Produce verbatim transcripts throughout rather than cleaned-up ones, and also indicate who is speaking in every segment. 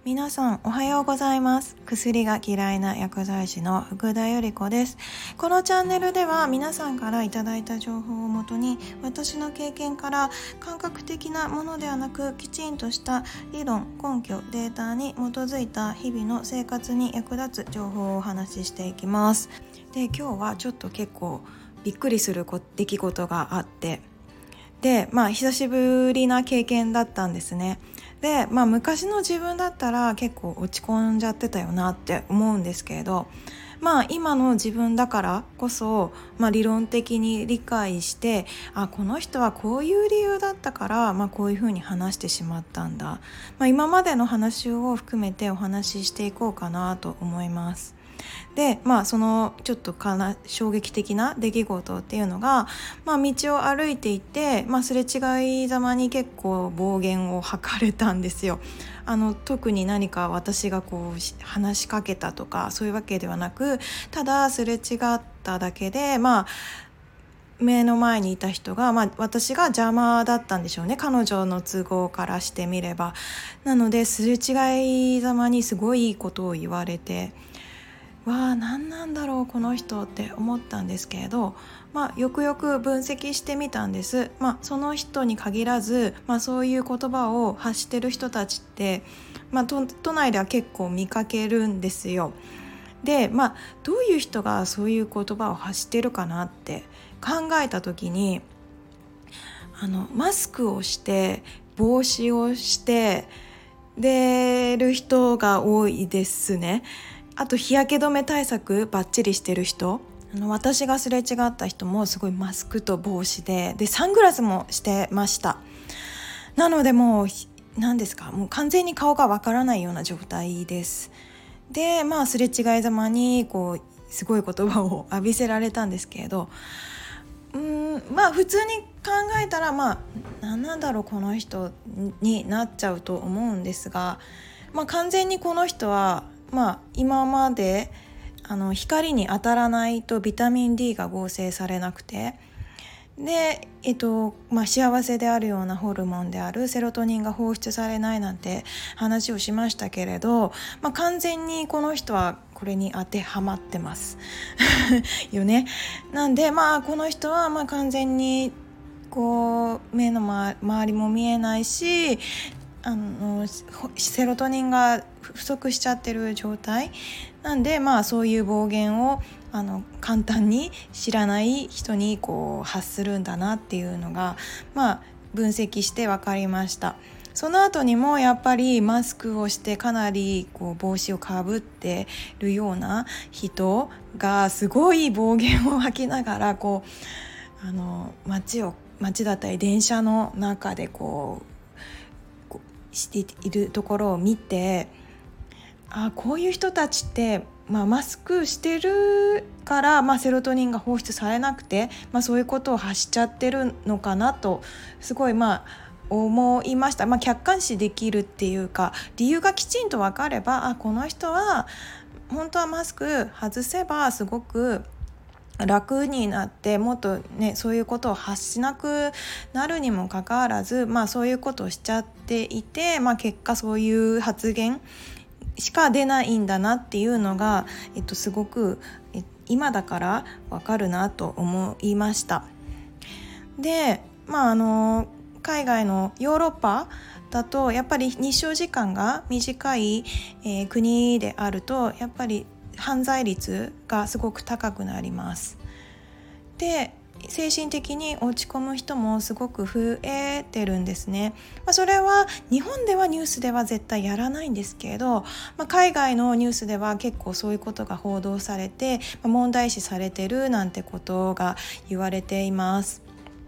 Speaker 1: 皆さんおはようございます。薬が嫌いな薬剤師の福田由里子です。このチャンネルでは皆さんからいただいた情報をもとに、私の経験から感覚的なものではなく、きちんとした理論、根拠、データに基づいた日々の生活に役立つ情報をお話ししていきます。で、今日はちょっと結構びっくりする出来事があって、で、まあ久しぶりな経験だったんですね。で、まあ昔の自分だったら結構落ち込んじゃってたよなって思うんですけれど、まあ今の自分だからこそ、まあ理論的に理解して、あ、この人はこういう理由だったから、まあこういうふうに話してしまったんだ。まあ今までの話を含めてお話ししていこうかなと思います。で、まあそのちょっとかな衝撃的な出来事っていうのが、まあ道を歩いていて、まあすれ違いざまに結構暴言を吐かれたんですよ。あの特に何か私がこう話しかけたとかそういうわけではなく、ただすれ違っただけで、まあ目の前にいた人が、まあ、私が邪魔だったんでしょうね、彼女の都合からしてみれば。なのですれ違いざまにすごいいいことを言われて、わあ何なんだろうこの人って思ったんですけれど、まあ、よくよく分析してみたんです。まあ、その人に限らず、まあ、そういう言葉を発してる人たちって、まあ、都, 都内では結構見かけるんですよ。で、まあ、どういう人がそういう言葉を発してるかなって考えた時に、あのマスクをして帽子をして出る人が多いですね。あと日焼け止め対策バッチリしてる人、あの私がすれ違った人もすごいマスクと帽子で、でサングラスもしてました。なのでもう何ですか、もう完全に顔がわからないような状態です。で、まあすれ違いざまにこうすごい言葉を浴びせられたんですけれど、うーんまあ普通に考えたら、まあ何なんだろうこの人になっちゃうと思うんですが、まあ完全にこの人はまあ、今まであの光に当たらないとビタミン D が合成されなくて、で、えっとまあ、幸せであるようなホルモンであるセロトニンが放出されないなんて話をしましたけれど、まあ、完全にこの人はこれに当てはまってますよね。なんで、まあ、この人はまあ完全にこう目の周りも見えないし、あのセロトニンが不足しちゃってる状態なんで、まあそういう暴言をあの簡単に知らない人にこう発するんだなっていうのが、まあ分析して分かりました。その後にもやっぱりマスクをしてかなりこう帽子をかぶってるような人がすごい暴言を吐きながらこうあの街を街だったり電車の中でこうしているところを見て、あ、こういう人たちって、まあ、マスクしてるから、まあ、セロトニンが放出されなくて、まあ、そういうことを発しちゃってるのかなとすごいまあ思いました。まあ、客観視できるっていうか、理由がきちんと分かれば、あ、この人は本当はマスク外せばすごく楽になってもっとねそういうことを発しなくなるにもかかわらず、まあそういうことをしちゃっていて、まあ結果そういう発言しか出ないんだなっていうのが、えっと、すごく今だからわかるなと思いました。で、まああの海外のヨーロッパだとやっぱり日照時間が短い、えー、国であるとやっぱり犯罪率がすごく高くなります。で、精神的に落ち込む人もすごく増えてるんですね。まあ、それは日本ではニュースでは絶対やらないんですけれど、まあ、海外のニュースでは結構そういうことが報道されて、まあ、問題視されてるなんてことが言われています。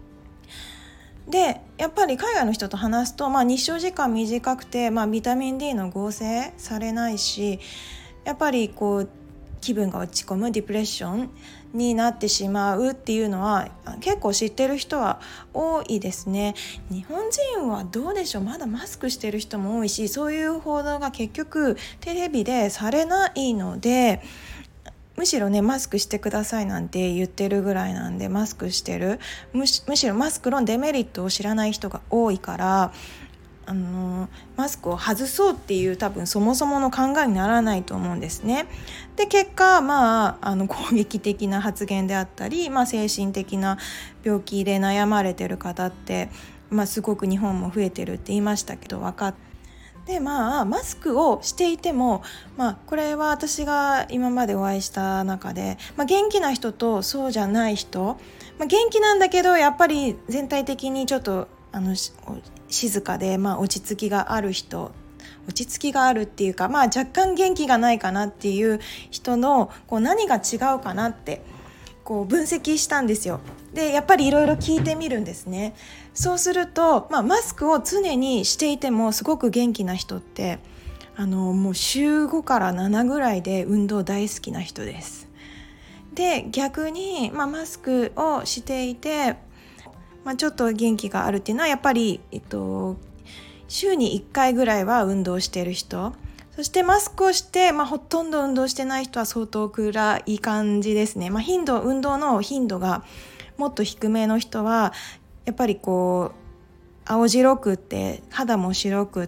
Speaker 1: で、やっぱり海外の人と話すと、まあ、日照時間短くて、まあ、ビタミン D の合成されないし、やっぱりこう気分が落ち込むディプレッションになってしまうっていうのは結構知ってる人は多いですね。日本人はどうでしょう、まだマスクしてる人も多いし、そういう報道が結局テレビでされないので、むしろねマスクしてくださいなんて言ってるぐらいなんで、マスクしてる むし, むしろマスクのデメリットを知らない人が多いから、 あのマスクを外そうっていう多分そもそもの考えにならないと思うんですね。で結果、まあ、あの攻撃的な発言であったり、まあ、精神的な病気で悩まれてる方って、まあ、すごく日本も増えてるって言いましたけど分かってでまあマスクをしていても、まあ、これは私が今までお会いした中で、まあ、元気な人とそうじゃない人、まあ、元気なんだけどやっぱり全体的にちょっとあの静かで、まあ、落ち着きがある人落ち着きがあるっていうか、まあ、若干元気がないかなっていう人のこう何が違うかなってこう分析したんですよ。でやっぱりいろいろ聞いてみるんですね。そうすると、まあ、マスクを常にしていてもすごく元気な人ってあのもう週ごからななぐらいで運動大好きな人です。で逆に、まあ、マスクをしていて、まあ、ちょっと元気があるっていうのはやっぱり、えっと、週にいっかいぐらいは運動している人、そしてマスクをして、まあ、ほとんど運動してない人は相当暗い感じですね。まあ、頻度運動の頻度がもっと低めの人はやっぱりこう青白くって肌も白くって、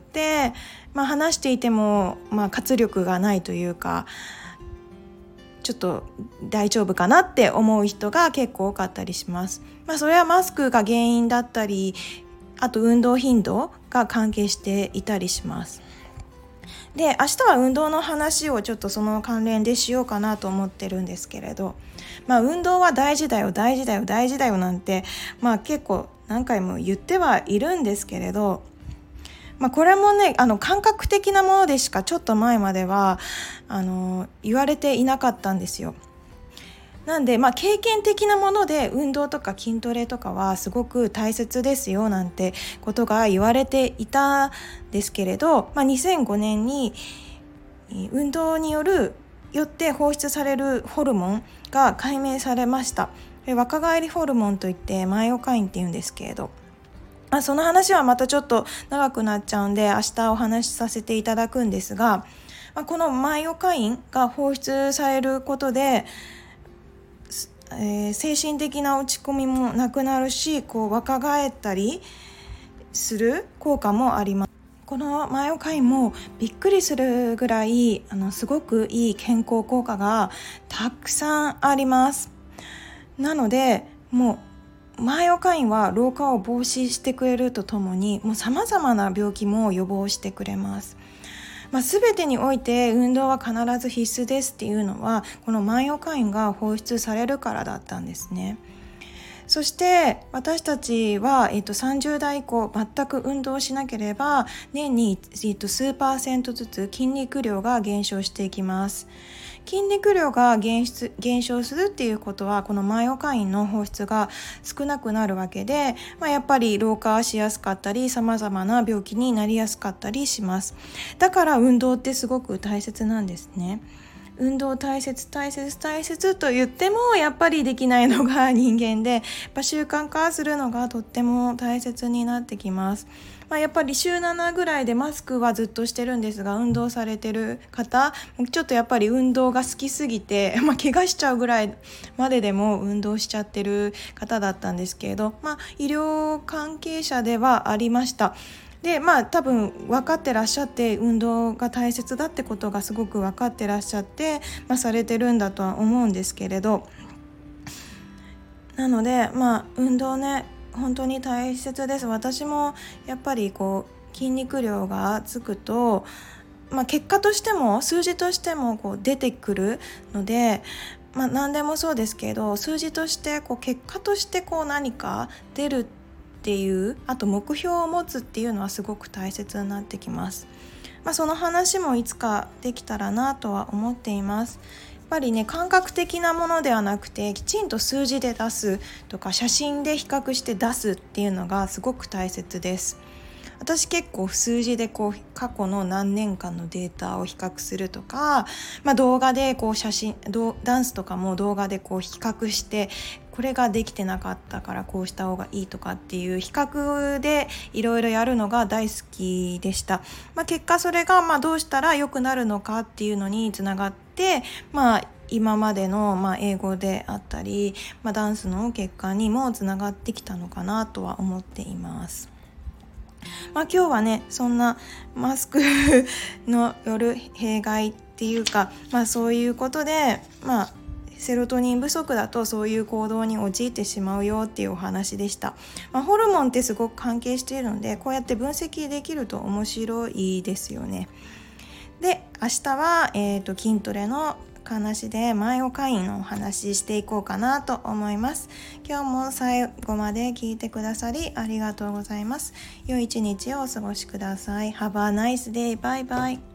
Speaker 1: まあ、話していても、まあ、活力がないというかちょっと大丈夫かなって思う人が結構多かったりします。まあ、それはマスクが原因だったりあと運動頻度が関係していたりします。で明日は運動の話をちょっとその関連でしようかなと思ってるんですけれど、まあ、運動は大事だよ大事だよ大事だよなんて、まあ、結構何回も言ってはいるんですけれど、まあ、これもねあの感覚的なものでしかちょっと前まではあの言われていなかったんですよ。なんで、まあ、経験的なもので運動とか筋トレとかはすごく大切ですよなんてことが言われていたんですけれど、まあ、にせんごねんに運動によるよって放出されるホルモンが解明されました。若返りホルモンといってマイオカインっていうんですけれど、まあ、その話はまたちょっと長くなっちゃうんで明日お話しさせていただくんですが、まあ、このマイオカインが放出されることでえー、精神的な落ち込みもなくなるしこう若返ったりする効果もあります。このマイオカインもびっくりするぐらいあのすごくいい健康効果がたくさんあります。なのでもうマイオカインは老化を防止してくれるとともにさまざまな病気も予防してくれます。まあ、全てにおいて運動は必ず必須ですっていうのはこのマイオカインが放出されるからだったんですね。そして私たちは、えっと、さんじゅう代以降全く運動しなければ年に、えっと、数パーセントずつ筋肉量が減少していきます。筋肉量が減出減少するっていうことはこのマイオカインの放出が少なくなるわけで、まあ、やっぱり老化しやすかったりさまざまな病気になりやすかったりします。だから運動ってすごく大切なんですね。運動大切大切大切と言ってもやっぱりできないのが人間でやっぱ習慣化するのがとっても大切になってきます。まあ、やっぱり週ななぐらいでマスクはずっとしてるんですが運動されてる方ちょっとやっぱり運動が好きすぎて、まあ、怪我しちゃうぐらいまででも運動しちゃってる方だったんですけれど、まあ、医療関係者ではありました。でまあ多分分かってらっしゃって運動が大切だってことがすごく分かってらっしゃって、まあ、されてるんだとは思うんですけれど、なのでまあ運動ね本当に大切です。私もやっぱりこう筋肉量がつくと、まあ、結果としても数字としてもこう出てくるので、まあ、何でもそうですけど数字としてこう結果としてこう何か出るっていうあと目標を持つっていうのはすごく大切になってきます。まあ、その話もいつかできたらなとは思っています。やっぱりね感覚的なものではなくてきちんと数字で出すとか写真で比較して出すっていうのがすごく大切です。私結構数字でこう過去の何年間のデータを比較するとか、まあ、動画でこう写真ダンスとかも動画でこう比較してこれができてなかったからこうした方がいいとかっていう比較でいろいろやるのが大好きでした。まあ、結果それがまあどうしたら良くなるのかっていうのにつながって、まあ、今までのまあ英語であったり、まあ、ダンスの結果にもつながってきたのかなとは思っています。 まあ、今日はねそんなマスクのよる弊害っていうか、まあ、そういうことで、まあ、セロトニン不足だとそういう行動に陥ってしまうよっていうお話でした。まあ、ホルモンってすごく関係しているのでこうやって分析できると面白いですよね。で明日は、えーと、筋トレの話でマイオカインのお話ししていこうかなと思います。今日も最後まで聞いてくださりありがとうございます。良い一日をお過ごしください。Have a nice day. Bye bye.